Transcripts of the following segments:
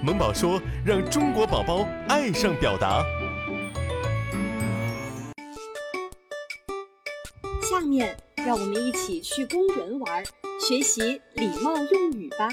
萌宝说，让中国宝宝爱上表达。 下面让我们一起去公园玩，学习礼貌用语吧。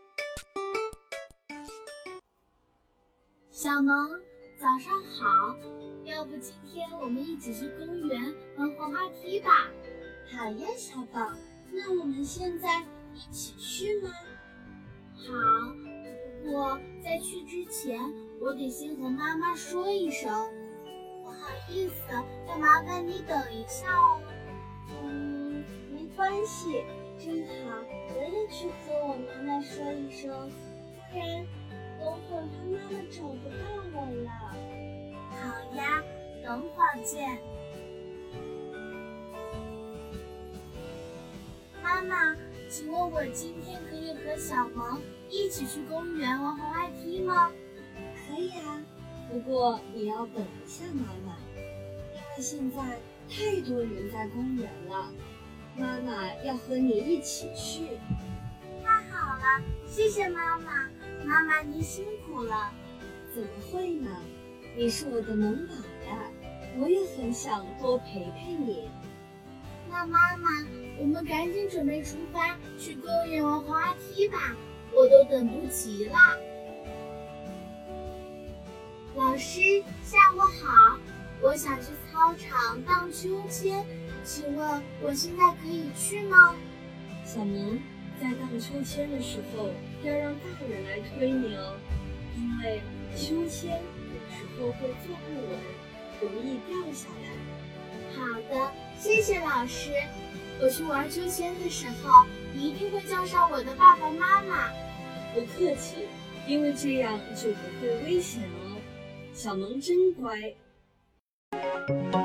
小萌，早上好，要不今天我们一起去公园玩滑滑梯吧？ 好呀，小宝，那我们现在一起去吗？ 好，不过在去之前，我得先和妈妈说一声，不好意思，要麻烦你等一下哦。 没关系，正好我也去和我妈妈说一声，不然等会儿她妈妈找不到我了。 好呀，等会儿见。妈妈，请问我今天可以和小萌一起去公园玩滑滑梯吗？ 可以啊，不过你要等一下妈妈，因为现在太多人在公园了，妈妈要和你一起去。 太好了，谢谢妈妈，妈妈您辛苦了。 怎么会呢？你是我的萌宝呀，我也很想多陪陪你。 那妈妈，我们赶紧准备出发去公园玩滑滑梯吧，我都等不及了。老师，下午好，我想去操场荡秋千，请问我现在可以去吗？ 小萌，在荡秋千的时候要让大人来推你哦，因为秋千有时候会坐不稳，容易掉下来。 好的，谢谢老师。我去玩秋千的时候，一定会叫上我的爸爸妈妈。 不客气，因为这样就不会危险哦。小萌真乖。